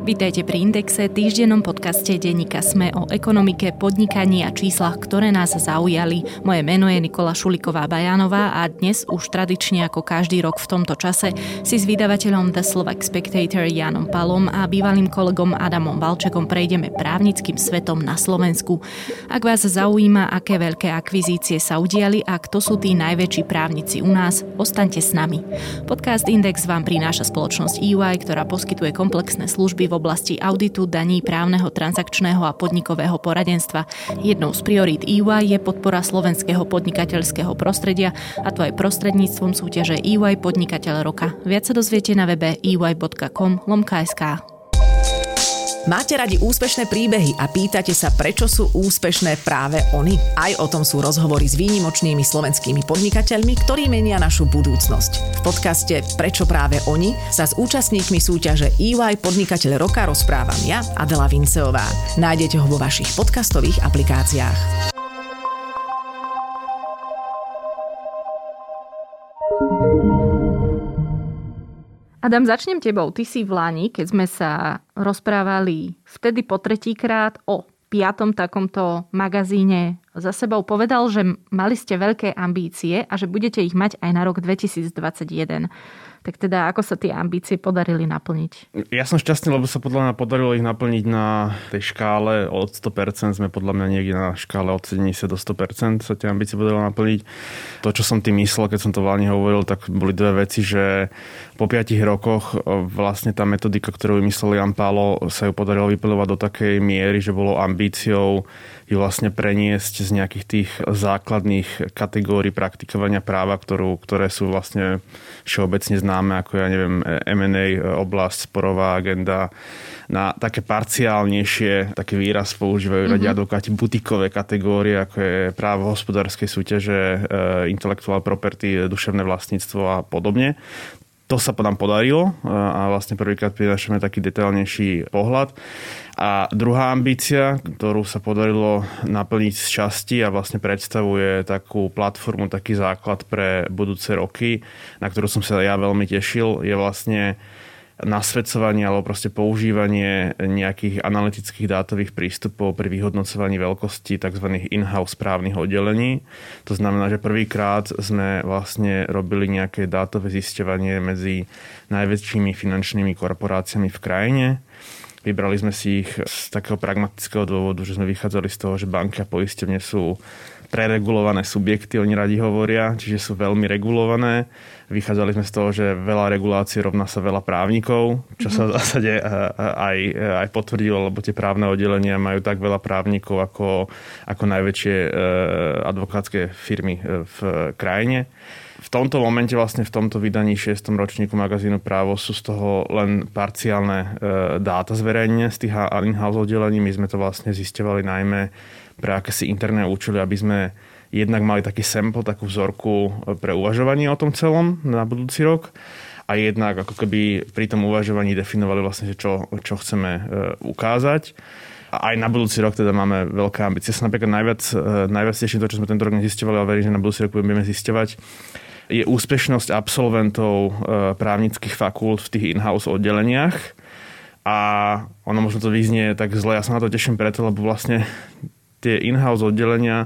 Vítajte pri Indexe, týždennom podcaste denníka SME o ekonomike, podnikaní a číslach, ktoré nás zaujali. Moje meno je Nikola Šuliková-Bajánová a dnes už tradične ako každý rok v tomto čase si s vydavateľom The Slovak Spectator Jánom Palom a bývalým kolegom Adamom Valčekom prejdeme právnickým svetom na Slovensku. Ak vás zaujíma, aké veľké akvizície sa udiali a kto sú tí najväčší právnici u nás, ostaňte s nami. Podcast Index vám prináša spoločnosť EY, ktorá poskytuje komplexné služby v oblasti auditu, daní, právneho, transakčného a podnikového poradenstva. Jednou z priorít EY je podpora slovenského podnikateľského prostredia, a to aj prostredníctvom súťaže EY Podnikateľ roka. Viac sa dozviete na webe ey.com/sk. Máte radi úspešné príbehy a pýtate sa, prečo sú úspešné práve oni? Aj o tom sú rozhovory s výnimočnými slovenskými podnikateľmi, ktorí menia našu budúcnosť. V podcaste Prečo práve oni sa s účastníkmi súťaže EY Podnikateľ roka rozprávam ja, Adela Vinceová. Nájdete ho vo vašich podcastových aplikáciách. Adam, začnem tebou. Ty si v Lani, keď sme sa rozprávali vtedy po tretíkrát o 5. takomto magazíne za sebou, povedal, že mali ste veľké ambície a že budete ich mať aj na rok 2021. Tak teda, ako sa tie ambície podarili naplniť? Ja som šťastný, lebo sa podľa mňa podarilo ich naplniť na tej škále od 100%. Sme podľa mňa niekde na škále od 70 do 100% sa tie ambície podarilo naplniť. To, čo som tým myslel, keď som to v Lani hovoril, tak boli dve veci, že po 5 rokoch vlastne tá metodika, ktorú vymyslel Ján Pálo, sa ju podarilo vypilovať do takej miery, že bolo ambíciou ju vlastne preniesť z nejakých tých základných kategórií praktikovania práva, ktoré sú vlastne všeobecne známe, ako ja neviem, M&A oblasť, sporová agenda, na také parciálnejšie, taký výraz používajú radi advokáti, butikové kategórie, ako je právo hospodárskej súťaže, intellectual property, duševné vlastníctvo a podobne. To sa nám podarilo a vlastne prvýkrát prinášame taký detailnejší pohľad. A druhá ambícia, ktorú sa podarilo naplniť z časti a vlastne predstavuje takú platformu, taký základ pre budúce roky, na ktorú som sa ja veľmi tešil, je vlastne nasvedcovanie alebo proste používanie nejakých analytických dátových prístupov pri vyhodnocovaní veľkosti tzv. In-house právnych oddelení. To znamená, že prvýkrát sme vlastne robili nejaké dátové zisťovanie medzi najväčšími finančnými korporáciami v krajine. Vybrali sme si ich z takého pragmatického dôvodu, že sme vychádzali z toho, že banky a poisťovne sú preregulované subjekty, oni radi hovoria, čiže sú veľmi regulované. Vychádzali sme z toho, že veľa regulácií rovná sa veľa právnikov, čo sa v zásade aj potvrdilo, lebo tie právne oddelenia majú tak veľa právnikov ako najväčšie advokátske firmy v krajine. V tomto momente, vlastne v tomto vydaní 6. ročníku magazínu Právo sú z toho len parciálne dáta zverejnené z tých in-house oddelení. My sme to vlastne zisťovali najmä pre akési interné účely, aby sme jednak mali taký sample, takú vzorku pre uvažovanie o tom celom na budúci rok a jednak ako keby pri tom uvažovaní definovali vlastne, čo chceme ukázať. A aj na budúci rok teda máme veľké ambície. Sa napríklad najviac teším to, čo sme tento rok nezisťovali, ale verím, že na budúci rok budeme zisťovať, je úspešnosť absolventov právnických fakult v tých in-house oddeleniach. A ono možno to vyznie tak zle, ja sa na to teším preto, lebo vlastne tie in-house oddelenia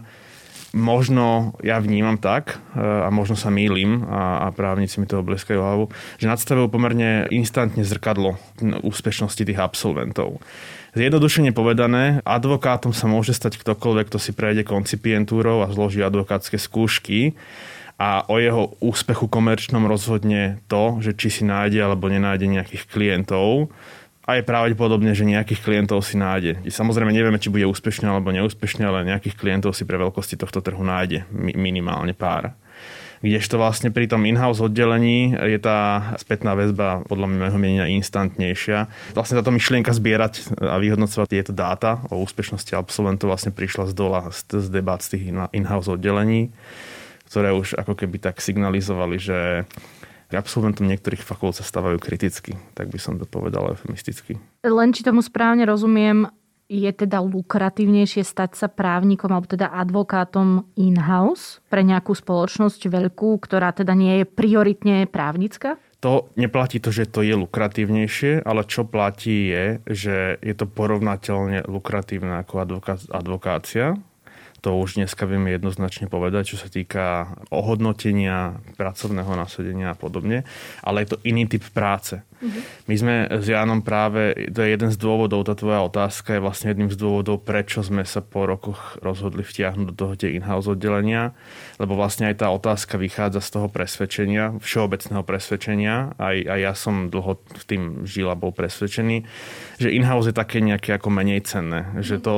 možno ja vnímam tak, a možno sa mýlim a právnici mi toho bleskajú hlavu, že nadstavujú pomerne instantne zrkadlo úspešnosti tých absolventov. Zjednodušene povedané, advokátom sa môže stať ktokoľvek, kto si prejde koncipientúrou a zloží advokátske skúšky a o jeho úspechu komerčnom rozhodne to, že či si nájde alebo nenájde nejakých klientov. A je pravdepodobne, že nejakých klientov si nájde. Samozrejme nevieme, či bude úspešný alebo neúspešný, ale nejakých klientov si pre veľkosti tohto trhu nájde minimálne pár. Kdežto vlastne pri tom in-house oddelení je tá spätná väzba podľa môjho mienenia instantnejšia. Vlastne táto myšlienka zbierať a vyhodnocovať tieto dáta o úspešnosti absolventov vlastne prišla z dola z debát z tých in-house oddelení, ktoré už ako keby tak signalizovali, že absolventom niektorých fakult sa stávajú kriticky, tak by som to povedal eufemisticky. Len či tomu správne rozumiem, je teda lukratívnejšie stať sa právnikom alebo teda advokátom in-house pre nejakú spoločnosť veľkú, ktorá teda nie je prioritne právnická? To neplatí to, že to je lukratívnejšie, ale čo platí je, že je to porovnateľne lukratívne ako advokácia. To už dneska vieme jednoznačne povedať, čo sa týka ohodnotenia, pracovného nasadenia a podobne. Ale je to iný typ práce. My sme s Jánom práve, to je jeden z dôvodov, tá tvoja otázka je vlastne jedným z dôvodov, prečo sme sa po rokoch rozhodli vtiahnuť do toho tie in-house oddelenia, lebo vlastne aj tá otázka vychádza z toho presvedčenia, všeobecného presvedčenia. Aj ja som dlho v tým žil a bol presvedčený, že in-house je také nejaké ako menej cenné. Že to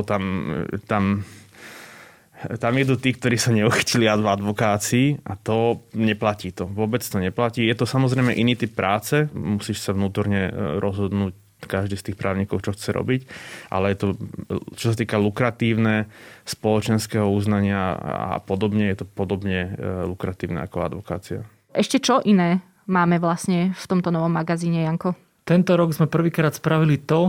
tam idú tí, ktorí sa neuchtili v advokácii a to neplatí to. Vôbec to neplatí. Je to samozrejme iný typ práce. Musíš sa vnútorne rozhodnúť každý z tých právnikov, čo chce robiť. Ale je to, čo sa týka lukratívne, spoločenského uznania a podobne, je to podobne lukratívne ako advokácia. Ešte čo iné máme vlastne v tomto novom magazíne, Janko? Tento rok sme prvýkrát spravili to,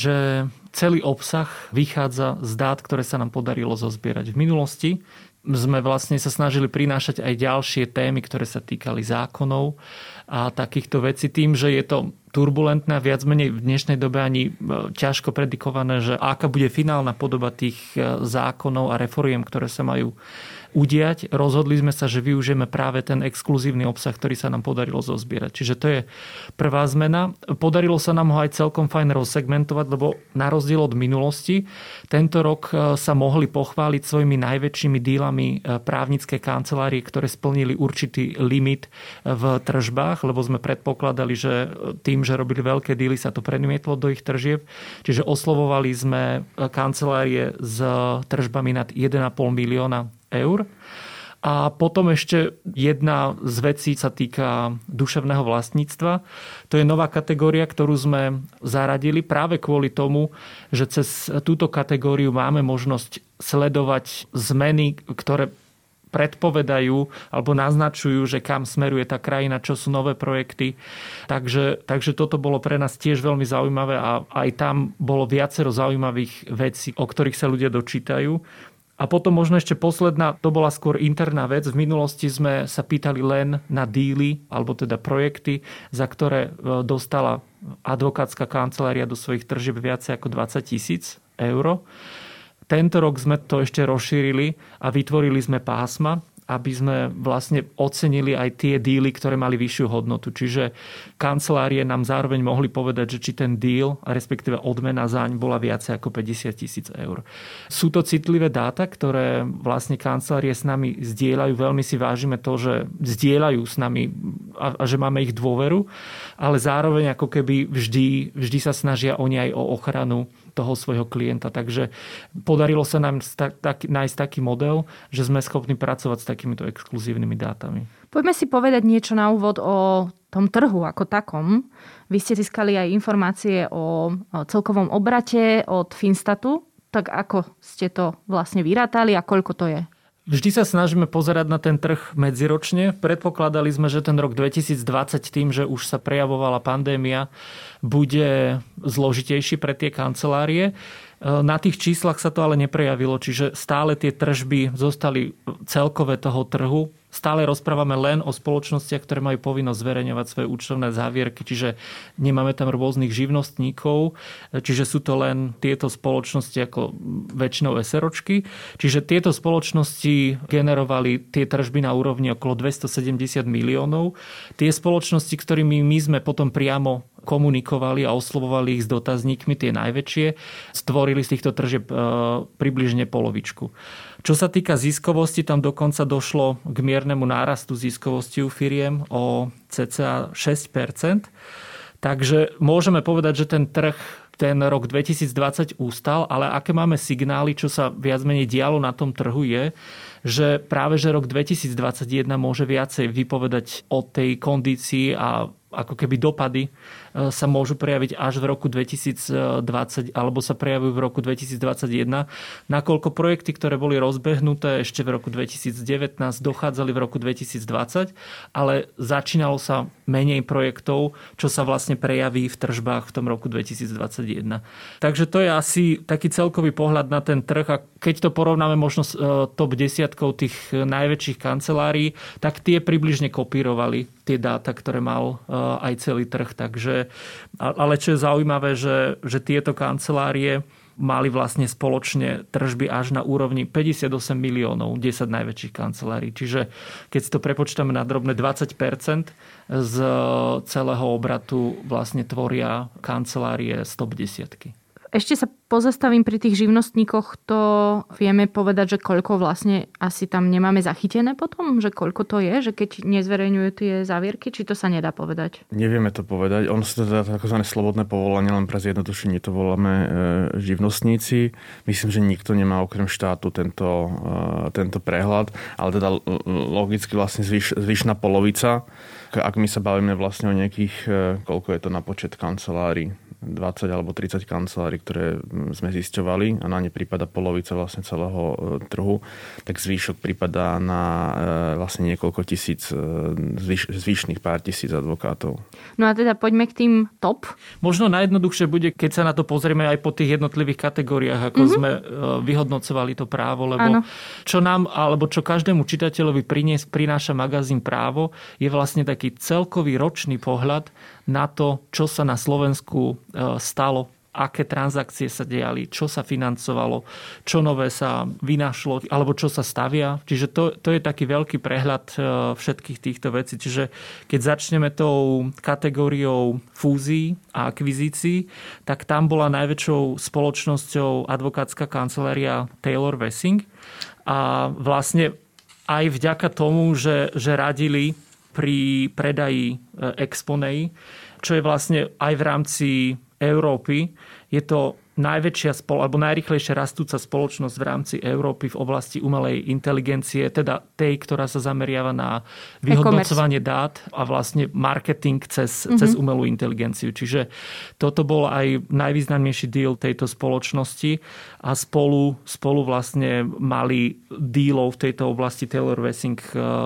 že celý obsah vychádza z dát, ktoré sa nám podarilo zozbierať. V minulosti sme vlastne sa snažili prinášať aj ďalšie témy, ktoré sa týkali zákonov a takýchto vecí. Tým, že je to turbulentné a viac menej v dnešnej dobe ani ťažko predikované, že aká bude finálna podoba tých zákonov a reforiem, ktoré sa majú udiať. Rozhodli sme sa, že využijeme práve ten exkluzívny obsah, ktorý sa nám podarilo zozbierať. Čiže to je prvá zmena. Podarilo sa nám ho aj celkom fajn rozsegmentovať, lebo na rozdiel od minulosti, tento rok sa mohli pochváliť svojimi najväčšími dílami právnické kancelárie, ktoré splnili určitý limit v tržbách, lebo sme predpokladali, že tým, že robili veľké díly, sa to premietlo do ich tržieb. Čiže oslovovali sme kancelárie s tržbami nad 1,5 milióna eur. A potom ešte jedna z vecí sa týka duševného vlastníctva. To je nová kategória, ktorú sme zaradili práve kvôli tomu, že cez túto kategóriu máme možnosť sledovať zmeny, ktoré predpovedajú alebo naznačujú, že kam smeruje tá krajina, čo sú nové projekty. Takže toto bolo pre nás tiež veľmi zaujímavé a aj tam bolo viacero zaujímavých vecí, o ktorých sa ľudia dočítajú. A potom možno ešte posledná, to bola skôr interná vec. V minulosti sme sa pýtali len na díly, alebo teda projekty, za ktoré dostala advokátska kancelária do svojich tržieb viacej ako 20 000 eur. Tento rok sme to ešte rozšírili a vytvorili sme pásma, aby sme vlastne ocenili aj tie díly, ktoré mali vyššiu hodnotu. Čiže kancelárie nám zároveň mohli povedať, že či ten díl, respektíve odmena zaň bola viacej ako 50 000 eur. Sú to citlivé dáta, ktoré vlastne kancelárie s nami zdieľajú. Veľmi si vážime to, že zdieľajú s nami a že máme ich dôveru, ale zároveň ako keby vždy sa snažia oni aj o ochranu toho svojho klienta. Takže podarilo sa nám nájsť taký model, že sme schopní pracovať s takýmito exkluzívnymi dátami. Poďme si povedať niečo na úvod o tom trhu ako takom. Vy ste získali aj informácie o celkovom obrate od Finstatu. Tak ako ste to vlastne vyrátali a koľko to je? Vždy sa snažíme pozerať na ten trh medziročne. Predpokladali sme, že ten rok 2020 tým, že už sa prejavovala pandémia, bude zložitejší pre tie kancelárie. Na tých číslach sa to ale neprejavilo, čiže stále tie tržby zostali celkové toho trhu. Stále rozprávame len o spoločnostiach, ktoré majú povinnosť zverejňovať svoje účtovné závierky, čiže nemáme tam rôznych živnostníkov, čiže sú to len tieto spoločnosti ako väčšinou SROčky. Čiže tieto spoločnosti generovali tie tržby na úrovni okolo 270 miliónov. Tie spoločnosti, ktorými my sme potom priamo komunikovali a oslovovali ich s dotazníkmi, tie najväčšie, stvorili z týchto tržieb približne polovičku. Čo sa týka ziskovosti, tam dokonca došlo k miernemu nárastu ziskovosti u firiem o cca 6%. Takže môžeme povedať, že ten rok 2020 ustal, ale aké máme signály, čo sa viac menej dialo na tom trhu je, že práve že rok 2021 môže viacej vypovedať o tej kondícii a ako keby dopady sa môžu prejaviť až v roku 2020 alebo sa prejavujú v roku 2021, nakoľko projekty, ktoré boli rozbehnuté ešte v roku 2019, dochádzali v roku 2020, ale začínalo sa menej projektov, čo sa vlastne prejaví v tržbách v tom roku 2021. Takže to je asi taký celkový pohľad na ten trh a keď to porovnáme možno s top 10 tých najväčších kancelárií, tak tie približne kopírovali tie dáta, ktoré mal aj celý trh. Takže, ale čo je zaujímavé, že tieto kancelárie mali vlastne spoločne tržby až na úrovni 58 miliónov, 10 najväčších kancelárií. Čiže keď si to prepočítame na drobné, 20% z celého obratu vlastne tvoria kancelárie z top 10. Ešte sa pozastavím pri tých živnostníkoch. To vieme povedať, že koľko vlastne asi tam nemáme zachytené potom? Že koľko to je? Že keď nezverejňujú tie závierky? Či to sa nedá povedať? Nevieme to povedať. Ono sú teda takzvané slobodné povolanie, len pre zjednodušenie to voláme živnostníci. Myslím, že nikto nemá okrem štátu tento prehľad, ale teda logicky vlastne zvyšná polovica. Ak my sa bavíme vlastne o nejakých, koľko je to na počet kancelárií, 20 alebo 30 kancelárií, ktoré sme zisťovali a na ne prípada polovica vlastne celého trhu, tak zvýšok prípada na vlastne niekoľko tisíc, zvyšných pár tisíc advokátov. No a teda poďme k tým top. Možno najjednoduchšie bude, keď sa na to pozrieme aj po tých jednotlivých kategóriách, ako sme vyhodnocovali to právo, lebo čo nám, alebo čo každému čitateľovi prináša magazín Právo, je vlastne taký celkový ročný pohľad na to, čo sa na Slovensku stalo, aké transakcie sa diali, čo sa financovalo, čo nové sa vynašlo, alebo čo sa stavia. Čiže to je taký veľký prehľad všetkých týchto vecí. Čiže keď začneme tou kategóriou fúzií a akvizícií, tak tam bola najväčšou spoločnosťou advokátska kancelária Taylor Wessing. A vlastne aj vďaka tomu, že radili pri predaji Exponei, čo je vlastne aj v rámci Európy, je to najväčšia alebo najrýchlejšie rastúca spoločnosť v rámci Európy v oblasti umelej inteligencie, teda tej, ktorá sa zameriava na vyhodnocovanie dát a vlastne marketing cez umelú inteligenciu. Čiže toto bol aj najvýznamnejší deal tejto spoločnosti a spolu vlastne mali dealov v tejto oblasti Taylor Wessing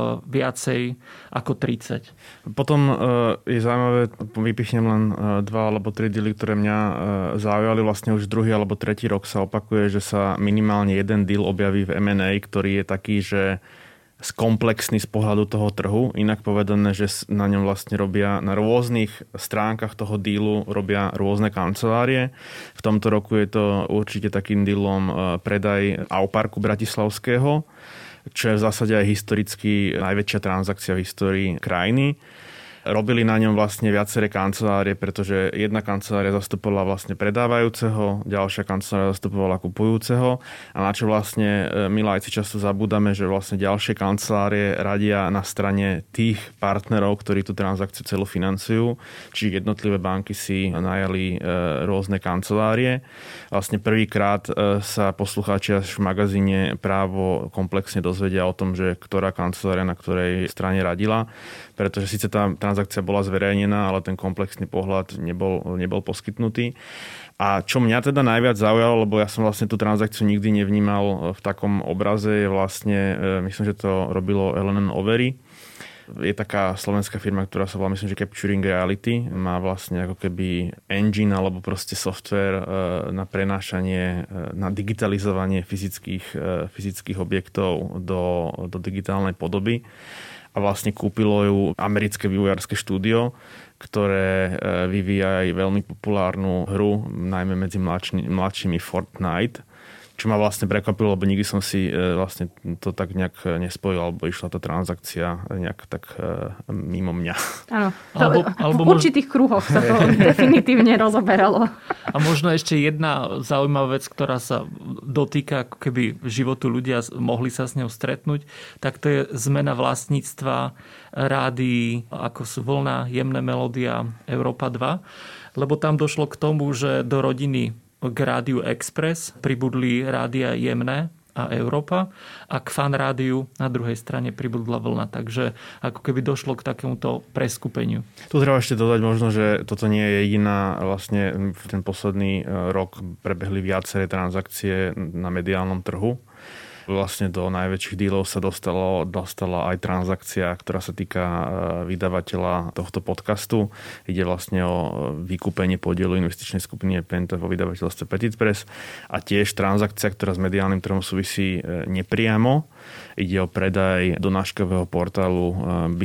viacej ako 30. Potom je zaujímavé, vypichnem len 2 alebo 3 dealy, ktoré mňa zaujali. Vlastne už druhý alebo tretí rok sa opakuje, že sa minimálne jeden deal objaví v M&A, ktorý je taký, že komplexný z pohľadu toho trhu. Inak povedané, že na ňom vlastne robia na rôznych stránkach toho dealu robia rôzne kancelárie. V tomto roku je to určite takým dealom predaj Auparku bratislavského, čo je v zásade aj historicky najväčšia transakcia v histórii krajiny. Robili na ňom vlastne viaceré kancelárie, pretože jedna kancelária zastupovala vlastne predávajúceho, ďalšia kancelária zastupovala kupujúceho a na čo vlastne my laici často zabúdame, že vlastne ďalšie kancelárie radia na strane tých partnerov, ktorí tú transakciu celú financujú, či jednotlivé banky si najali rôzne kancelárie. Vlastne prvýkrát sa poslucháči až v magazíne Právo komplexne dozvedia o tom, že ktorá kancelária na ktorej strane radila, pretože síce tá transakcia bola zverejnená, ale ten komplexný pohľad nebol poskytnutý. A čo mňa teda najviac zaujalo, lebo ja som vlastne tú transakciu nikdy nevnímal v takom obraze, je vlastne, myslím, že to robilo L&N Overy. Je taká slovenská firma, ktorá sa volá, myslím, že Capturing Reality. Má vlastne ako keby engine alebo proste software na prenášanie, na digitalizovanie fyzických objektov do digitálnej podoby. A vlastne kúpilo ju americké vývojárske štúdio, ktoré vyvíja aj veľmi populárnu hru, najmä medzi mladšími Fortnite. Čo ma vlastne prekvapilo, lebo nikdy som si vlastne to tak nejak nespojil, alebo išla tá transakcia nejak tak mimo mňa. Áno, v určitých kruhoch sa to definitívne rozoberalo. A možno ešte jedna zaujímavá vec, ktorá sa dotýka ako keby životu ľudia, mohli sa s ňou stretnúť, tak to je zmena vlastníctva rádií, ako sú Vlna, Jemné melódia, Európa 2. Lebo tam došlo k tomu, že do rodiny k Rádiu Express pribudli rádia Jemné a Európa a k Fan rádiu na druhej strane pribudla Vlna. Takže ako keby došlo k takémuto preskupeniu. Tu treba ešte dodať možno, že toto nie je jediná, vlastne v ten posledný rok prebehli viaceré transakcie na mediálnom trhu. Vlastne do najväčších dealov sa dostala aj transakcia, ktorá sa týka vydavateľa tohto podcastu. Ide vlastne o vykúpenie podielu investičnej skupiny Penta vo vydavateľstve Petit Press a tiež transakcia, ktorá s mediálnym trhom súvisí nepriamo. Ide o predaj donáškového portálu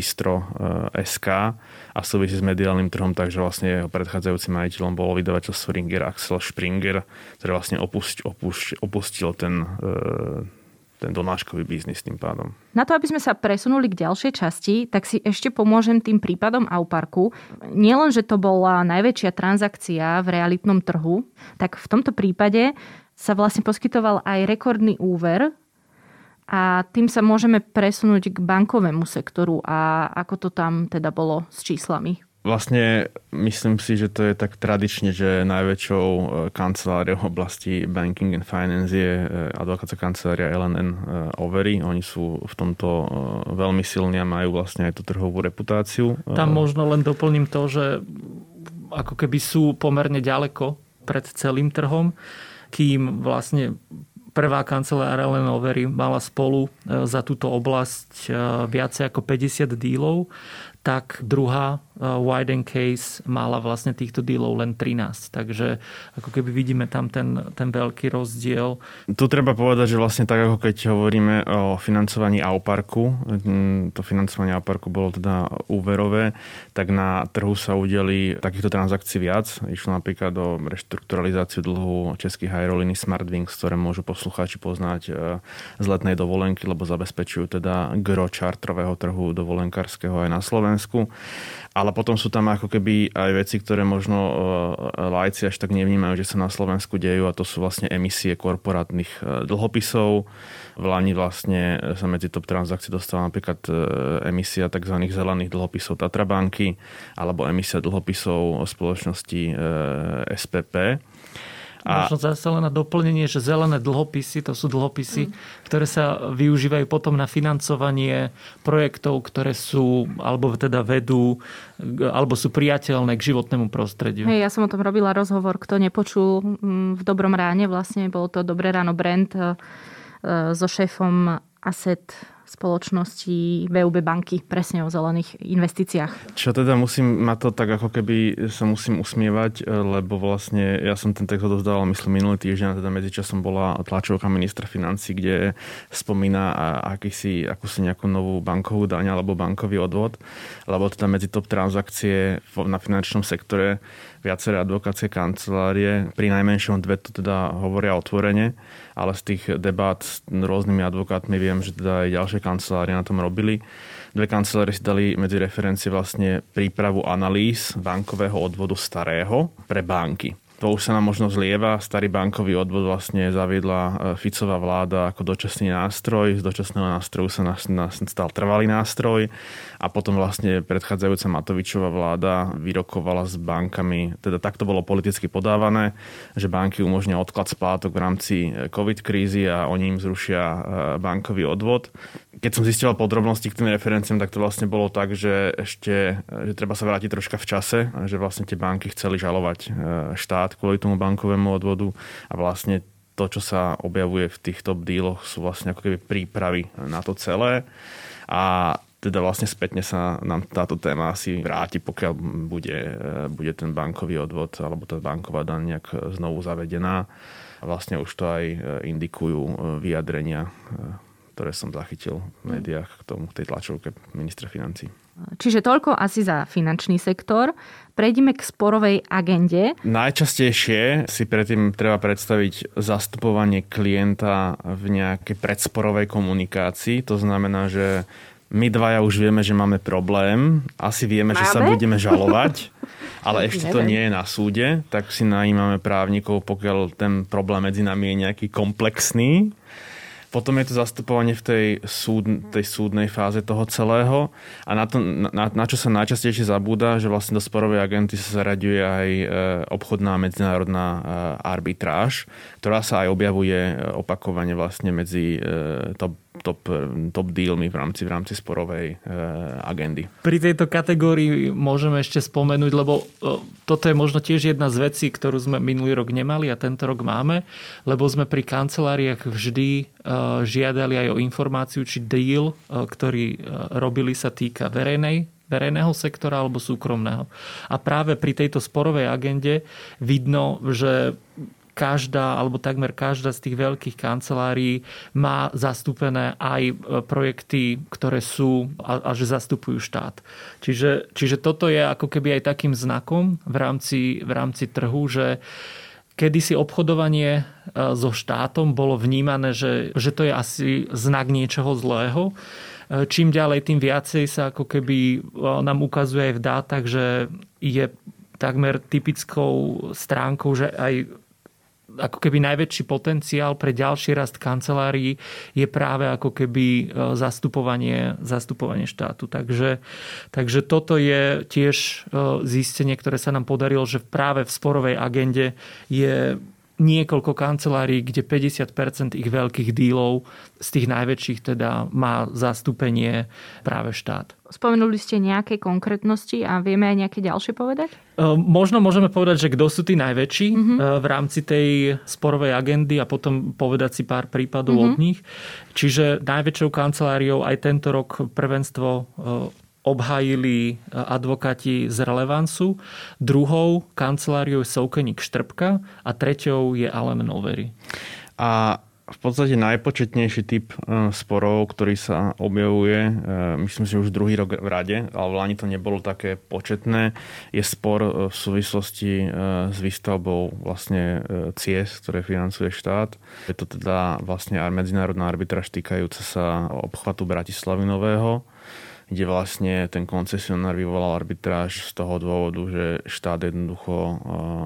Bistro.sk a súvisí s mediálnym trhom, takže vlastne jeho predchádzajúcim majiteľom bolo vydavateľstvo Ringer Axel Springer, ktorý vlastne opustil ten donáškový biznis tým pádom. Na to, aby sme sa presunuli k ďalšej časti, tak si ešte pomôžem tým prípadom Auparku. Nielen, že to bola najväčšia transakcia v realitnom trhu, tak v tomto prípade sa vlastne poskytoval aj rekordný úver a tým sa môžeme presunúť k bankovému sektoru a ako to tam teda bolo s číslami. Vlastne myslím si, že to je tak tradične, že najväčšou kanceláriou v oblasti banking and finance je advokátska kancelária L&N Overy. Oni sú v tomto veľmi silní a majú vlastne aj tú trhovú reputáciu. Tam možno len doplním to, že ako keby sú pomerne ďaleko pred celým trhom, kým vlastne prvá kancelária L&N Overy mala spolu za túto oblasť viacej ako 50 dílov, tak druhá White & Case mala vlastne týchto dealov len 13. Takže ako keby vidíme tam ten veľký rozdiel. Tu treba povedať, že vlastne tak, ako keď hovoríme o financovaní Auparku, to financovanie Auparku bolo teda úverové, tak na trhu sa udeli takýchto transakcií viac. Išlo napríklad o reštrukturalizáciu dlhu českých aerolíny Smartwings, ktoré môžu poslucháči poznať z letnej dovolenky, lebo zabezpečujú teda gro čartrového trhu dovolenkárskeho aj na Slovensku. Ale potom sú tam ako keby aj veci, ktoré možno laici až tak nevnímajú, že sa na Slovensku dejú, a to sú vlastne emisie korporátnych dlhopisov. V lani vlastne sa medzi top transakcie dostala napríklad emisia tzv. Zelených dlhopisov Tatra banky alebo emisia dlhopisov spoločnosti SPP. Možno zase len na doplnenie, že zelené dlhopisy, to sú dlhopisy, ktoré sa využívajú potom na financovanie projektov, ktoré sú, alebo teda vedú, alebo sú priateľné k životnému prostrediu. Ja som o tom robila rozhovor, kto nepočul v Dobrom ráne, vlastne bolo to Dobré ráno brand so šéfom Asset spoločnosti VUB banky, presne o zelených investíciách. Čo teda ma to tak ako keby sa musím usmievať, lebo vlastne ja som ten text odovzdával, myslím, minulý týždeň, teda medzičasom bola tlačovka ministra financií, kde spomína akúsi nejakú novú bankovú daň alebo bankový odvod, lebo teda medzi top transakcie na finančnom sektore viaceré advokácie kancelárie, pri najmenšom dve to teda hovoria otvorene, ale z tých debát s rôznymi advokátmi viem, že teda aj ďalšie kancelárie na tom robili. Dve kancelárie si dali medzi referencie vlastne prípravu analýz bankového odvodu starého pre banky. To už sa nám možno zlieva. Starý bankový odvod vlastne zaviedla Ficová vláda ako dočasný nástroj. Z dočasného nástroju sa stal trvalý nástroj. A potom vlastne predchádzajúca Matovičová vláda vyrokovala s bankami, teda takto bolo politicky podávané, že banky umožnia odklad splátok v rámci COVID krízy a oni im zrušia bankový odvod. Keď som zistil podrobnosti k tým referenciám, tak to vlastne bolo tak, že treba sa vrátiť troška v čase, že vlastne tie banky chceli žalovať štát kvôli tomu bankovému odvodu a vlastne to, čo sa objavuje v tých top dealoch, sú vlastne ako keby prípravy na to celé. A teda vlastne spätne sa nám táto téma asi vráti, pokiaľ bude ten bankový odvod alebo tá banková daň nejak znovu zavedená. A vlastne už to aj indikujú vyjadrenia, ktoré som zachytil v médiách k tej tlačovke ministra financií. Čiže toľko asi za finančný sektor. Prejdime k sporovej agende. Najčastejšie si predtým treba predstaviť zastupovanie klienta v nejakej predsporovej komunikácii. To znamená, že my dvaja už vieme, že máme problém. Asi vieme, že sa budeme žalovať, ale ešte to nie je na súde. Tak si najímame právnikov, pokiaľ ten problém medzi nami je nejaký komplexný. Potom je to zastupovanie v tej súdnej fáze toho celého a na čo sa najčastejšie zabúda, že vlastne do sporovej agenty sa zaraďuje aj obchodná medzinárodná arbitráž, ktorá sa aj objavuje opakovane vlastne medzi top top dealmi v rámci sporovej agendy. Pri tejto kategórii môžeme ešte spomenúť, lebo toto je možno tiež jedna z vecí, ktorú sme minulý rok nemali a tento rok máme, lebo sme pri kanceláriách vždy žiadali aj o informáciu, či deal, ktorý robili, sa týka verejného sektora alebo súkromného. A práve pri tejto sporovej agende vidno, že každá alebo takmer každá z tých veľkých kancelárií má zastúpené aj projekty, ktoré sú a že zastupujú štát. Čiže toto je ako keby aj takým znakom v rámci trhu, že kedysi obchodovanie so štátom bolo vnímané, že to je asi znak niečoho zlého. Čím ďalej, tým viacej sa ako keby nám ukazuje aj v dátach, že je takmer typickou stránkou, že aj ako keby najväčší potenciál pre ďalší rast kancelárií je práve ako keby zastupovanie štátu. Takže toto je tiež zistenie, ktoré sa nám podarilo, že práve v sporovej agende je niekoľko kancelárií, kde 50% ich veľkých dílov z tých najväčších teda má zastúpenie práve štát. Spomenuli ste nejaké konkrétnosti a vieme aj nejaké ďalšie povedať? Možno môžeme povedať, že kto sú tí najväčší v rámci tej sporovej agendy a potom povedať si pár prípadov od nich. Čiže najväčšou kanceláriou aj tento rok prvenstvo obhájili advokáti z Relevansu. Druhou kanceláriou je Soukeník Štrbka a treťou je Allen Overy. A v podstate najpočetnejší typ sporov, ktorý sa objavuje, myslím si, že už druhý rok v rade, ale v Lani to nebolo také početné, je spor v súvislosti s výstavbou vlastne ciest, ktoré financuje štát. Je to teda vlastne medzinárodná arbitráž týkajúca sa obchvatu Bratislavy Nového, kde vlastne ten koncesionár vyvolal arbitráž z toho dôvodu, že štát jednoducho,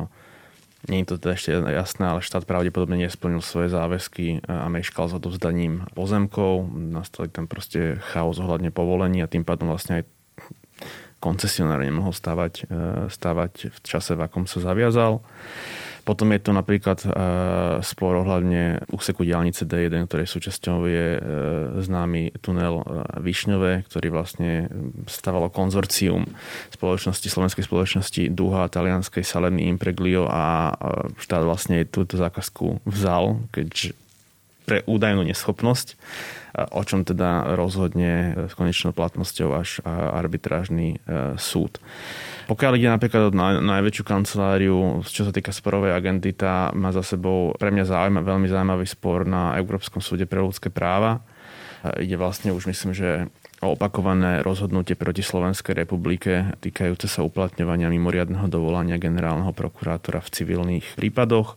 nie je to teda ešte jasné, ale štát pravdepodobne nesplnil svoje záväzky a meškal s odovzdaním pozemkov. Nastali tam proste chaos ohľadne povolení a tým pádom vlastne aj koncesionár nemohol stavať v čase, v akom sa zaviazal. Potom je to napríklad spor ohľadne úseku diaľnice D1, ktorej súčasťou je známy tunel Višňové, ktorý vlastne stavalo konzorcium slovenskej spoločnosti Duha, talianskej Salerni Impreglio a štát vlastne túto zákazku vzal, keďže pre údajnú neschopnosť, o čom teda rozhodne s konečnou platnosťou až arbitrážny súd. Pokiaľ ide napríklad o najväčšiu kanceláriu, čo sa týka sporovej agendy, tá má za sebou pre mňa veľmi zaujímavý spor na Európskom súde pre ľudské práva. Ide vlastne už myslím, že o opakované rozhodnutie proti Slovenskej republike týkajúce sa uplatňovania mimoriadneho dovolania generálneho prokurátora v civilných prípadoch.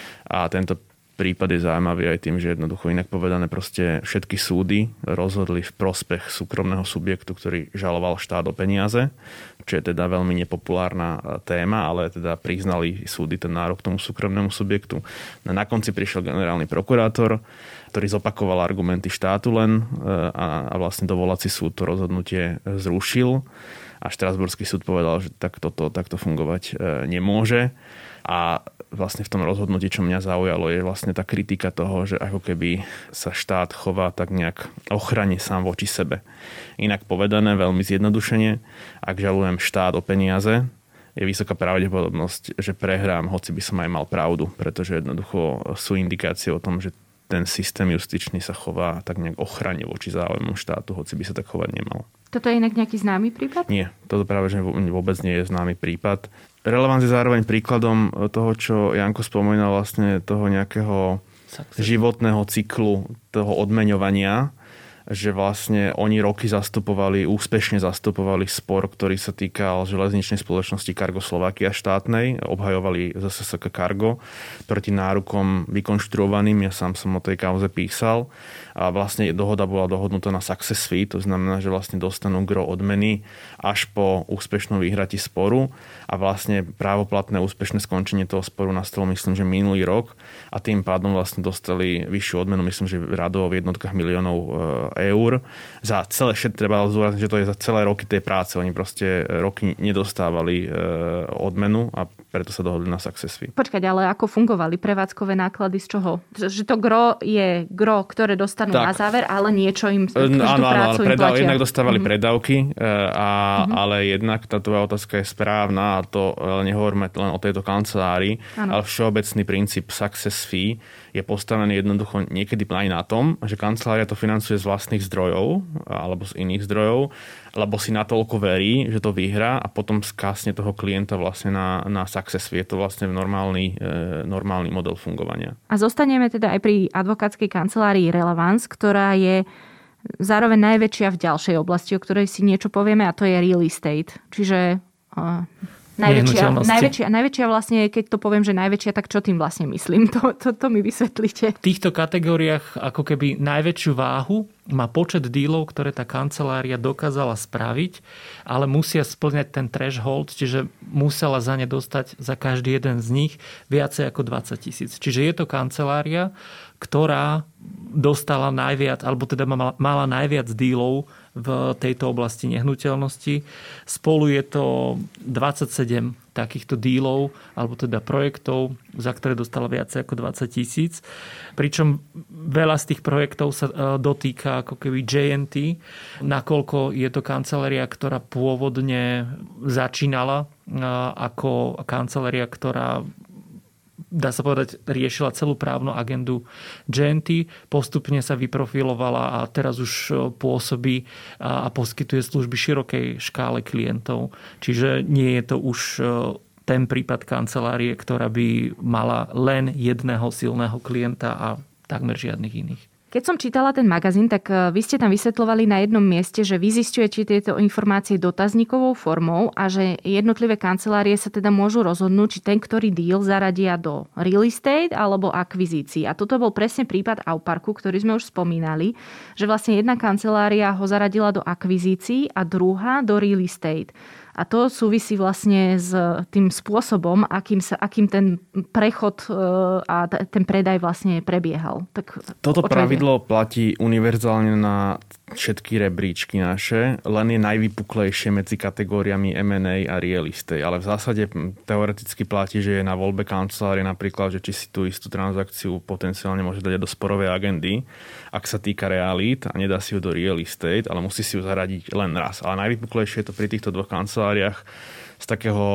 A tento prípad je zaujímavý aj tým, že jednoducho inak povedané proste všetky súdy rozhodli v prospech súkromného subjektu, ktorý žaloval štát o peniaze, čo je teda veľmi nepopulárna téma, ale teda priznali súdy ten nárok tomu súkromnému subjektu. Na konci prišiel generálny prokurátor, ktorý zopakoval argumenty štátu len a vlastne dovolací súd to rozhodnutie zrušil a štrasburský súd povedal, že takto fungovať nemôže. A vlastne v tom rozhodnutí, čo mňa zaujalo, je vlastne tá kritika toho, že ako keby sa štát chová tak nejak ochrane sám voči sebe. Inak povedané, veľmi zjednodušene, ak žalujem štát o peniaze, je vysoká pravdepodobnosť, že prehrám, hoci by som aj mal pravdu, pretože jednoducho sú indikácie o tom, že ten systém justičný sa chová tak nejak ochrane voči záujmom štátu, hoci by sa tak chovať nemal. Toto je inak nejaký známy prípad? Nie, toto práve že vôbec nie je známy prípad. Relevant je zároveň príkladom toho, čo Janko spomínal, vlastne toho nejakého životného cyklu, toho odmeňovania, že vlastne oni roky úspešne zastupovali spor, ktorý sa týkal železničnej spoločnosti Cargo Slovakia štátnej, obhajovali ZSSK Cargo proti nárokom vykonštruovaným, ja sám som o tej kauze písal a vlastne dohoda bola dohodnutá na success fee, to znamená, že vlastne dostanú gro odmeny až po úspešnom vyhratí sporu a vlastne právoplatné úspešné skončenie toho sporu nastalo, myslím, že minulý rok a tým pádom vlastne dostali vyššiu odmenu, myslím, že radovo v jednotkách miliónov eur za celé treba zdôrazniť, že to je za celé roky tej práce. Oni proste roky nedostávali odmenu a preto sa dohodli na success fee. Počkať, ale ako fungovali prevádzkové náklady z čoho? Že to gro je gro, ktoré dostanú na záver, ale niečo im každú prácu im platia. Jednak dostávali predávky, ale jednak tá tvoja otázka je správna a to nehovoríme len o tejto kancelárii, ale všeobecný princíp success fee je postavený jednoducho niekedy aj na tom, že kancelária to financuje z vlastných zdrojov alebo z iných zdrojov, lebo si natoľko verí, že to vyhrá a potom skásne toho klienta vlastne na success fee. Je to vlastne normálny model fungovania. A zostaneme teda aj pri advokátskej kancelárii Relevance, ktorá je zároveň najväčšia v ďalšej oblasti, o ktorej si niečo povieme, a to je real estate. Čiže najväčšia vlastne, keď to poviem, že najväčšia, tak čo tým vlastne myslím? To mi vysvetlíte. V týchto kategóriách ako keby najväčšiu váhu má počet dílov, ktoré tá kancelária dokázala spraviť, ale musia spĺňať ten threshold, čiže musela za ne dostať za každý jeden z nich viacej ako 20 000. Čiže je to kancelária, ktorá dostala najviac, alebo teda mala najviac dílov v tejto oblasti nehnuteľnosti. Spolu je to 27 takýchto dílov, alebo teda projektov, za ktoré dostala viacej ako 20 000. Pričom veľa z tých projektov sa dotýka ako keby JNT, nakoľko je to kancelária, ktorá pôvodne začínala ako kancelária, ktorá, dá sa povedať, riešila celú právnu agendu JNT, postupne sa vyprofilovala a teraz už pôsobí a poskytuje služby širokej škále klientov. Čiže nie je to už ten prípad kancelárie, ktorá by mala len jedného silného klienta a takmer žiadnych iných. Keď som čítala ten magazín, tak vy ste tam vysvetľovali na jednom mieste, že vy zisťujete tieto informácie dotazníkovou formou a že jednotlivé kancelárie sa teda môžu rozhodnúť, či ten, ktorý deal zaradia do real estate alebo akvizícií. A toto bol presne prípad Auparku, ktorý sme už spomínali, že vlastne jedna kancelária ho zaradila do akvizícií a druhá do real estate. A to súvisí vlastne s tým spôsobom, akým ten prechod a ten predaj vlastne prebiehal. Tak toto pravidlo platí univerzálne na všetky rebríčky naše, len je najvypuklejšie medzi kategóriami M&A a real estate. Ale v zásade teoreticky platí, že je na voľbe kancelárie napríklad, že či si tú istú transakciu potenciálne môže dať do sporovej agendy, ak sa týka realít a nedá si ju do real estate, ale musí si ju zaradiť len raz. Ale najvypuklejšie je to pri týchto dvoch kanceláriách z takého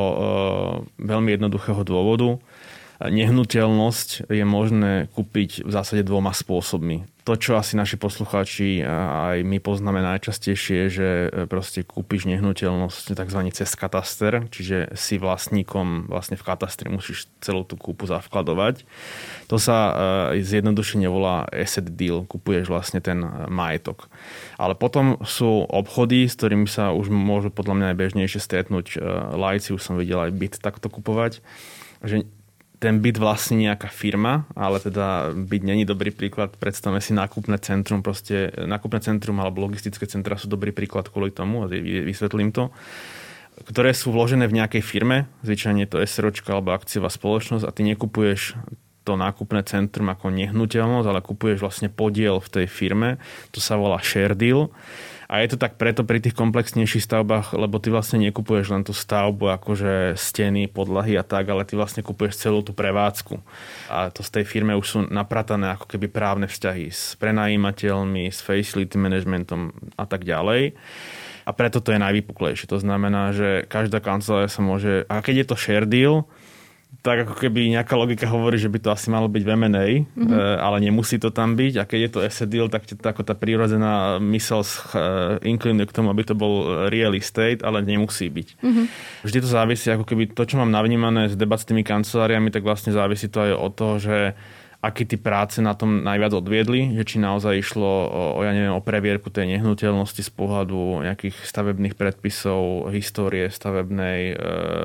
veľmi jednoduchého dôvodu. Nehnuteľnosť je možné kúpiť v zásade dvoma spôsobmi. To, čo asi naši poslucháči a aj my poznáme najčastejšie, je, že proste kúpiš nehnuteľnosť takzvaný cez kataster, čiže si vlastníkom vlastne v katastri musíš celú tú kúpu zavkladovať. To sa zjednodušene volá asset deal, kupuješ vlastne ten majetok. Ale potom sú obchody, s ktorými sa už môžu podľa mňa aj bežnejšie stretnúť laici, už som videl aj byt takto kupovať, že ten byt vlastní nejaká firma, ale teda byt není dobrý príklad. Predstavme si nákupné centrum. Proste nákupné centrum alebo logistické centra sú dobrý príklad kvôli tomu, a vysvetlím to, ktoré sú vložené v nejakej firme, zvyčajne je to SROčka alebo akciová spoločnosť a ty nekupuješ to nákupné centrum ako nehnuteľnosť, ale kupuješ vlastne podiel v tej firme. To sa volá share deal. A je to tak preto pri tých komplexnejších stavbách, lebo ty vlastne nekupuješ len tú stavbu, akože steny, podlahy a tak, ale ty vlastne kupuješ celú tú prevádzku. A to z tej firme už sú napratané ako keby právne vzťahy s prenajímateľmi, s facility managementom a tak ďalej. A preto to je najvypuklejšie. To znamená, že každá kancelária sa môže... A keď je to share deal, tak ako keby nejaká logika hovorí, že by to asi malo byť v M&A, ale nemusí to tam byť. A keď je to asset deal, tak ako tá prírodzená mysel inklinuje k tomu, aby to bol real estate, ale nemusí byť. Vždy to závisí, ako keby to, čo mám navnímané z debat s tými kanceláriami, tak vlastne závisí to aj od toho, že aký tí práce na tom najviac odviedli, že či naozaj išlo o previerku tej nehnuteľnosti z pohľadu nejakých stavebných predpisov, histórie stavebnej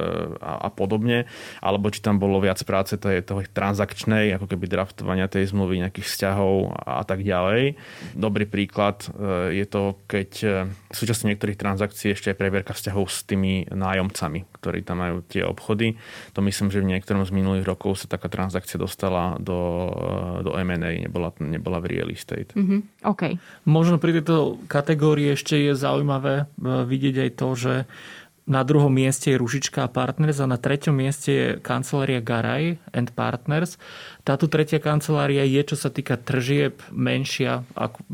a podobne, alebo či tam bolo viac práce toho transakčnej, ako keby draftovania tej zmluvy, nejakých vzťahov a tak ďalej. Dobrý príklad je to, keď v súčasnosti niektorých transakcií ešte aj previerka vzťahov s tými nájomcami, ktorí tam majú tie obchody. To myslím, že v niektorom z minulých rokov sa taká transakcia dostala do do M&A, nebola v real estate. Okay. Možno pri tejto kategórii ešte je zaujímavé vidieť aj to, že na druhom mieste je Ružička a Partners a na treťom mieste je kancelária Garaj and Partners. Táto tretia kancelária je, čo sa týka tržieb, menšia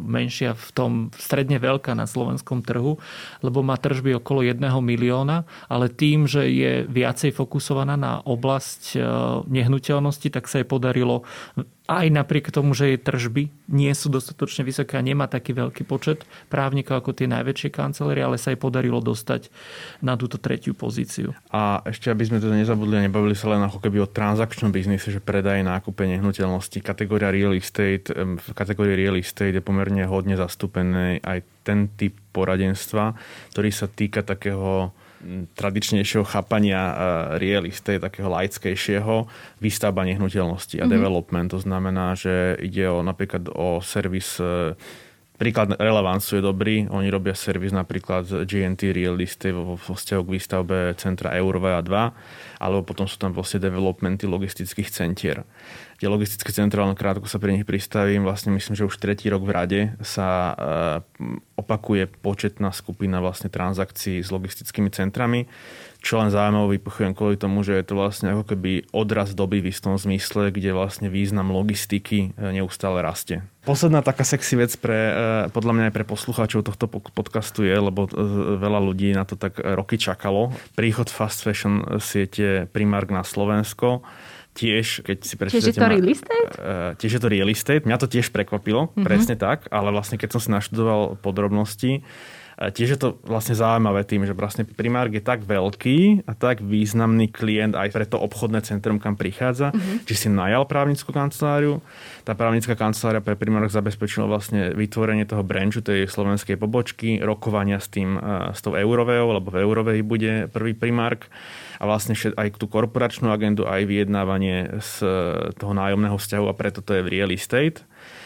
v tom stredne veľká na slovenskom trhu, lebo má tržby okolo 1 milióna, ale tým, že je viacej fokusovaná na oblasť nehnuteľnosti, tak sa jej podarilo aj napriek tomu, že jej tržby nie sú dostatočne vysoké a nemá taký veľký počet právnikov ako tie najväčšie kancelárie, ale sa jej podarilo dostať na túto tretiu pozíciu. A ešte, aby sme teda nezabudli a nebavili sa len ako keby o transakčnom biznise, že predaj, nákupe nehnuteľnosti. Kategória real estate, v kategórii real estate je pomerne hodne zastúpený aj ten typ poradenstva, ktorý sa týka takého tradičnejšieho chápania real estate, takého laickejšieho, výstavba nehnuteľnosti a development. To znamená, že ide napríklad o servis. Príklad Relevancu je dobrý. Oni robia servis napríklad z GNT Real Estate vo vzťahu k výstavbe centra Eurova 2, alebo potom sú tam vlastne developmenty logistických centier. Tie logistické centra, len krátko sa pri nich pristavím, vlastne myslím, že už 3. rok v rade sa opakuje početná skupina vlastne transakcií s logistickými centrami, čo len zaujímavé vypuchujem kvôli tomu, že je to vlastne ako keby odraz doby v istom zmysle, kde vlastne význam logistiky neustále rastie. Posledná taká sexy vec podľa mňa aj pre poslucháčov tohto podcastu je, lebo veľa ľudí na to tak roky čakalo. Príchod fast fashion siete Primark na Slovensko. Tiež, keď si prečítate... Tiež je to real estate? Tiež je to real estate. Mňa to tiež prekvapilo, presne tak, ale vlastne keď som si naštudoval podrobnosti, tiež je to vlastne zaujímavé tým, že vlastne Primark je tak veľký a tak významný klient aj pre to obchodné centrum, kam prichádza, že si najal právnickú kanceláriu. Tá právnická kancelária pre Primark zabezpečila vlastne vytvorenie toho branchu, tej slovenskej pobočky, rokovania s tou Eurovejou, lebo v Eurovej bude prvý Primark a vlastne aj tú korporačnú agendu, aj vyjednávanie z toho nájomného vzťahu a preto to je v real estate.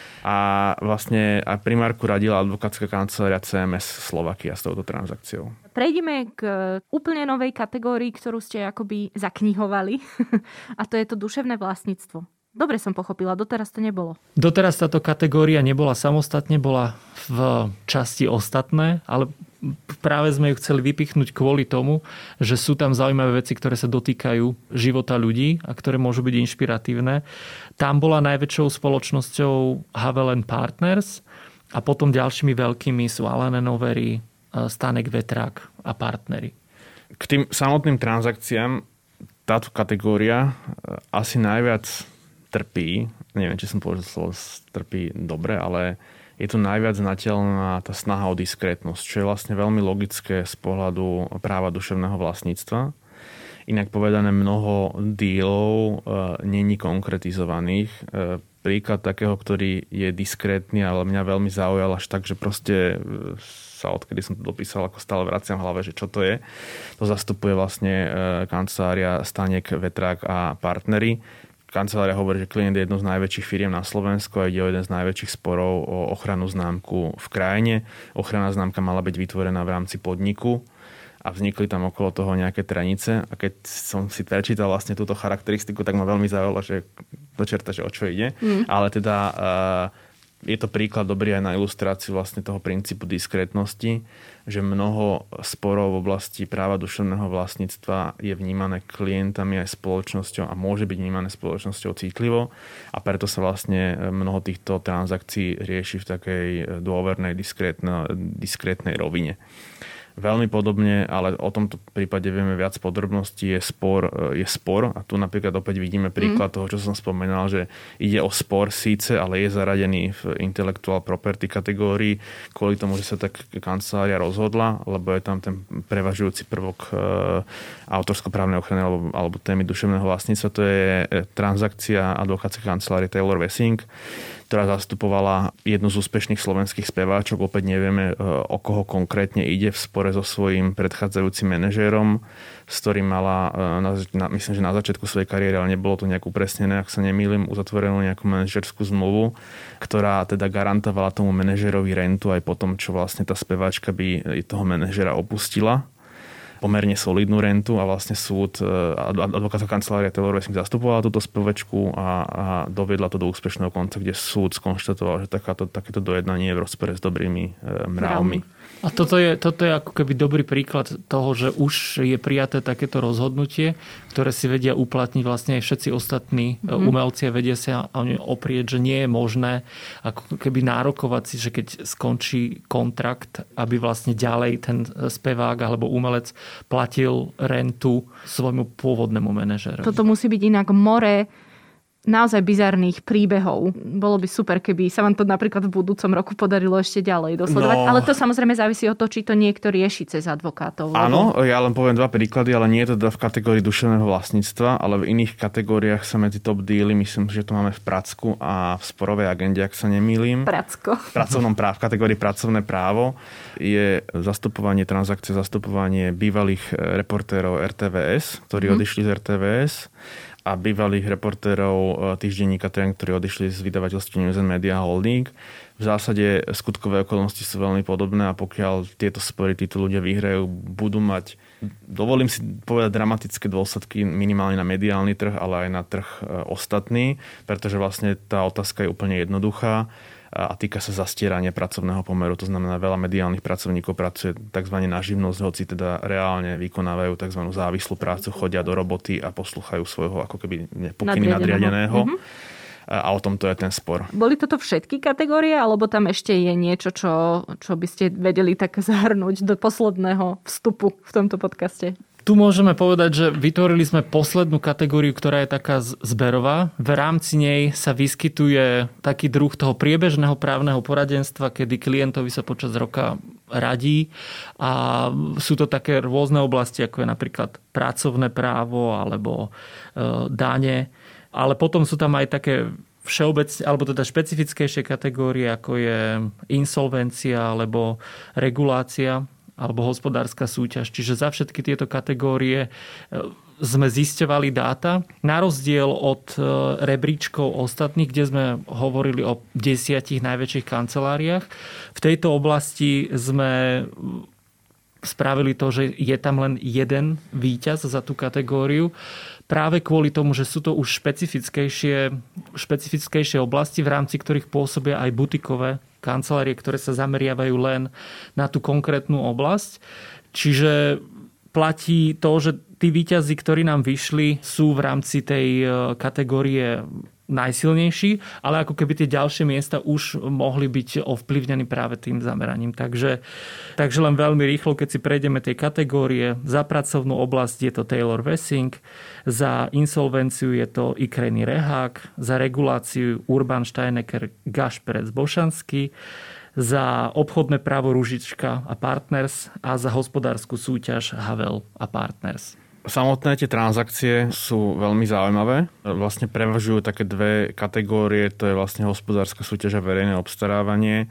A vlastne aj Primarku radila advokátska kancelária CMS Slovakia s touto transakciou. Prejdime k úplne novej kategórii, ktorú ste akoby zaknihovali. A to je to duševné vlastníctvo. Dobre som pochopila, doteraz to nebolo. Doteraz táto kategória nebola samostatne, bola v časti ostatné, ale práve sme ju chceli vypichnúť kvôli tomu, že sú tam zaujímavé veci, ktoré sa dotýkajú života ľudí a ktoré môžu byť inšpiratívne. Tam bola najväčšou spoločnosťou Havel & Partners a potom ďalšími veľkými sú Allen & Overy, Stanek Vetrák a partnery. K tým samotným transakciám táto kategória asi najviac trpí. Neviem, či som povedal slovo trpí dobre, ale je tu najviac znateľná tá snaha o diskrétnosť, čo je vlastne veľmi logické z pohľadu práva duševného vlastníctva. Inak povedané, mnoho dílov není konkretizovaných. Príklad takého, ktorý je diskrétny, ale mňa veľmi zaujal až tak, že proste sa odkedy som to dopísal, ako stále vraciam v hlave, že čo to je. To zastupuje vlastne kancelária Stanek, Vetrák a partnery. Kancelária hovorí, že klient je jedno z najväčších firiem na Slovensku a ide o jeden z najväčších sporov o ochrannú známku v krajine. Ochranná známka mala byť vytvorená v rámci podniku a vznikli tam okolo toho nejaké trenice. A keď som si prečítal vlastne túto charakteristiku, tak ma veľmi zaujalo, že do čerta, že o čo ide. Ale teda je to príklad dobrý aj na ilustráciu vlastne toho princípu diskrétnosti, že mnoho sporov v oblasti práva duševného vlastníctva je vnímané klientami aj spoločnosťou a môže byť vnímané spoločnosťou citlivo a preto sa vlastne mnoho týchto transakcií rieši v takej dôvernej, diskrétnej rovine. Veľmi podobne, ale o tomto prípade vieme viac podrobností, je spor a tu napríklad opäť vidíme príklad toho, čo som spomínal, že ide o spor síce, ale je zaradený v intellectual property kategórii kvôli tomu, že sa tak kancelária rozhodla, lebo je tam ten prevažujúci prvok autorskoprávnej ochrany alebo témy duševného vlastníctva. To je transakcia advokátskej kancelárie Taylor Wessing, ktorá zastupovala jednu z úspešných slovenských speváčok. Opäť nevieme, o koho konkrétne ide, v spore so svojím predchádzajúcim manažérom, s ktorým mala, myslím, že na začiatku svojej kariéry, ale nebolo to nejak upresnené, ak sa nemýlim, uzatvorenú nejakú manažerskú zmluvu, ktorá teda garantovala tomu manažérovi rentu aj po tom, čo vlastne tá speváčka by toho manažera opustila. pomerne solidnú rentu a vlastne súd, advokátska kancelária Taylor Wessing zastupovala túto spĺvečku a doviedla to do úspešného konca, kde súd skonštatoval, že takéto dojednanie je v rozpore s dobrými mravmi. A toto je ako keby dobrý príklad toho, že už je prijaté takéto rozhodnutie, ktoré si vedia uplatniť vlastne aj všetci ostatní umelci a vedia sa oprieť, že nie je možné ako keby nárokovať si, že keď skončí kontrakt, aby vlastne ďalej ten spevák alebo umelec platil rentu svojmu pôvodnému manažerovi. Toto musí byť inak more naozaj bizarných príbehov. Bolo by super, keby sa vám to napríklad v budúcom roku podarilo ešte ďalej dosledovať. No. Ale to samozrejme závisí od toho, či to niekto rieši cez advokátov. Áno, ja len poviem 2 príklady, ale nie je to v kategórii duševného vlastníctva, ale v iných kategóriách sa medzi top dealy, myslím, že to máme v Pracku a v sporovej agende, ak sa nemýlim. Pracko. V pracovnom práve, v kategórii pracovné právo je zastupovanie transakcie, zastupovanie bývalých reportérov RTVS, ktorí odišli z RTVS, a bývalých reportérov týždenníka Trend, ktorí odišli z vydavateľstva News and Media Holding. V zásade skutkové okolnosti sú veľmi podobné a pokiaľ tieto spory títo ľudia vyhrajú, budú mať, dovolím si povedať, dramatické dôsledky minimálne na mediálny trh, ale aj na trh ostatný, pretože vlastne tá otázka je úplne jednoduchá a týka sa zastierania pracovného pomeru. To znamená, veľa mediálnych pracovníkov pracuje tzv. Na živnosť, hoci teda reálne vykonávajú tzv. Závislú prácu, chodia do roboty a poslúchajú svojho ako keby pokyny nadriadeného. A o tom to je ten spor. Boli toto všetky kategórie, alebo tam ešte je niečo, čo by ste vedeli tak zahrnúť do posledného vstupu v tomto podcaste? Tu môžeme povedať, že vytvorili sme poslednú kategóriu, ktorá je taká zberová. V rámci nej sa vyskytuje taký druh toho priebežného právneho poradenstva, kedy klientovi sa počas roka radí a sú to také rôzne oblasti, ako je napríklad pracovné právo alebo dane. Ale potom sú tam aj také všeobecne, alebo teda špecifickejšie kategórie, ako je insolvencia alebo regulácia alebo hospodárska súťaž. Čiže za všetky tieto kategórie sme zisťovali dáta. Na rozdiel od rebríčkov ostatných, kde sme hovorili o 10 najväčších kanceláriách, v tejto oblasti sme spravili to, že je tam len jeden víťaz za tú kategóriu. Práve kvôli tomu, že sú to už špecifickejšie oblasti, v rámci ktorých pôsobia aj butikové kancelárie, ktoré sa zameriavajú len na tú konkrétnu oblasť. Čiže platí to, že tí víťazi, ktorí nám vyšli, sú v rámci tej kategórie najsilnejší, ale ako keby tie ďalšie miesta už mohli byť ovplyvnení práve tým zameraním. Takže len veľmi rýchlo, keď si prejdeme tej kategórie, za pracovnú oblasť je to Taylor Wessing, za insolvenciu je to Ikreny Rehák, za reguláciu Urban Steinecker Gašperec Bošanský, za obchodné právo Ružička a Partners a za hospodársku súťaž Havel a Partners. Samotné tie transakcie sú veľmi zaujímavé. Vlastne prevažujú také 2 kategórie, to je vlastne hospodárska súťaž a verejné obstarávanie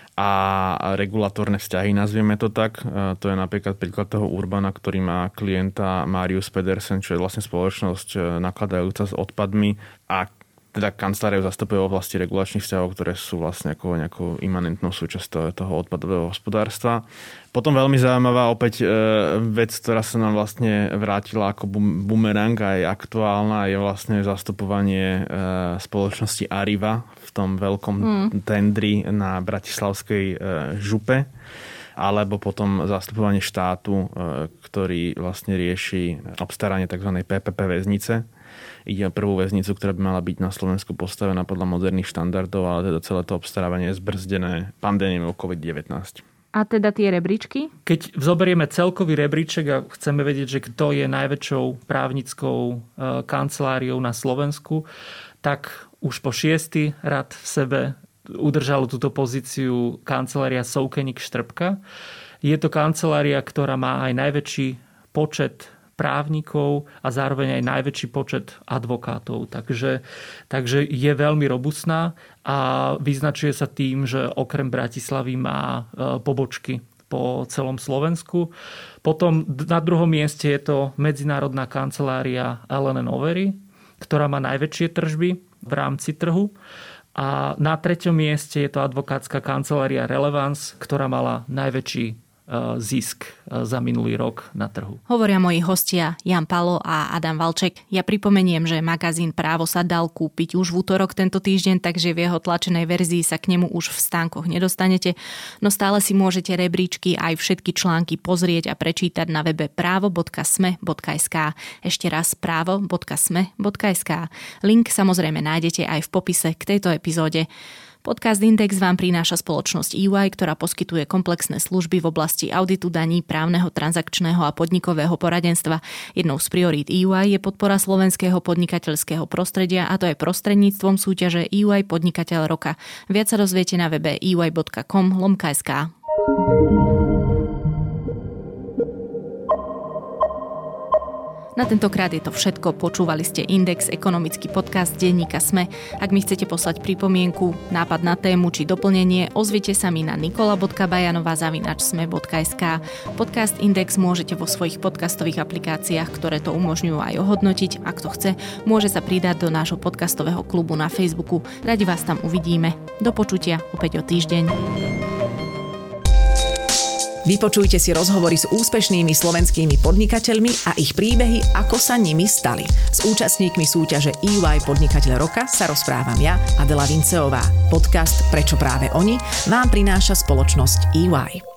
a regulatórne vzťahy, nazvieme to tak. To je napríklad príklad toho Urbana, ktorý má klienta Marius Pedersen, čo je vlastne spoločnosť nakladajúca s odpadmi a teda kanceláriu zastupuje v oblasti regulačných vzťahov, ktoré sú vlastne nejakou imanentnou súčasťou toho odpadového hospodárstva. Potom veľmi zaujímavá opäť vec, ktorá sa nám vlastne vrátila ako bumerang a je aktuálna, je vlastne zastupovanie spoločnosti Arriva v tom veľkom tendri na bratislavskej župe, alebo potom zastupovanie štátu, ktorý vlastne rieši obstaranie tzv. PPP väznice. Ide o prvú väznicu, ktorá by mala byť na Slovensku postavená podľa moderných štandardov, ale teda celé to obstarávanie je zbrzdené pandémiou COVID-19. A teda tie rebríčky? Keď zoberieme celkový rebríček a chceme vedieť, že kto je najväčšou právnickou kanceláriou na Slovensku, tak už po 6. rad v sebe udržalo túto pozíciu kancelária Soukenik Štrbka. Je to kancelária, ktorá má aj najväčší počet právnikov a zároveň aj najväčší počet advokátov. Takže je veľmi robustná a vyznačuje sa tým, že okrem Bratislavy má pobočky po celom Slovensku. Potom na druhom mieste je to medzinárodná kancelária Allen & Overy, ktorá má najväčšie tržby v rámci trhu. A na 3. mieste je to advokátska kancelária Relevance, ktorá mala najväčší zisk za minulý rok na trhu. Hovoria moji hostia Jan Palo a Adam Valček. Ja pripomeniem, že magazín Právo sa dal kúpiť už v útorok tento týždeň, takže v jeho tlačenej verzii sa k nemu už v stánkoch nedostanete, no stále si môžete rebríčky aj všetky články pozrieť a prečítať na webe právo.sme.sk. Ešte raz právo.sme.sk. Link samozrejme nájdete aj v popise k tejto epizóde. Podcast Index vám prináša spoločnosť EY, ktorá poskytuje komplexné služby v oblasti auditu daní, právneho, transakčného a podnikového poradenstva. Jednou z priorít EY je podpora slovenského podnikateľského prostredia, a to je prostredníctvom súťaže EY Podnikateľ roka. Viac sa dozviete na webe ey.com/sk. Na tentokrát je to všetko. Počúvali ste Index, ekonomický podcast denníka SME. Ak mi chcete poslať pripomienku, nápad na tému či doplnenie, ozvite sa mi na nikola.bajanová@sme.sk. Podcast Index môžete vo svojich podcastových aplikáciách, ktoré to umožňujú, aj ohodnotiť. Ak to chce, môže sa pridať do nášho podcastového klubu na Facebooku. Radi vás tam uvidíme. Do počutia opäť o týždeň. Vypočujte si rozhovory s úspešnými slovenskými podnikateľmi a ich príbehy, ako sa nimi stali. S účastníkmi súťaže EY Podnikateľ roka sa rozprávam ja, Adela Vinceová. Podcast Prečo práve oni vám prináša spoločnosť EY.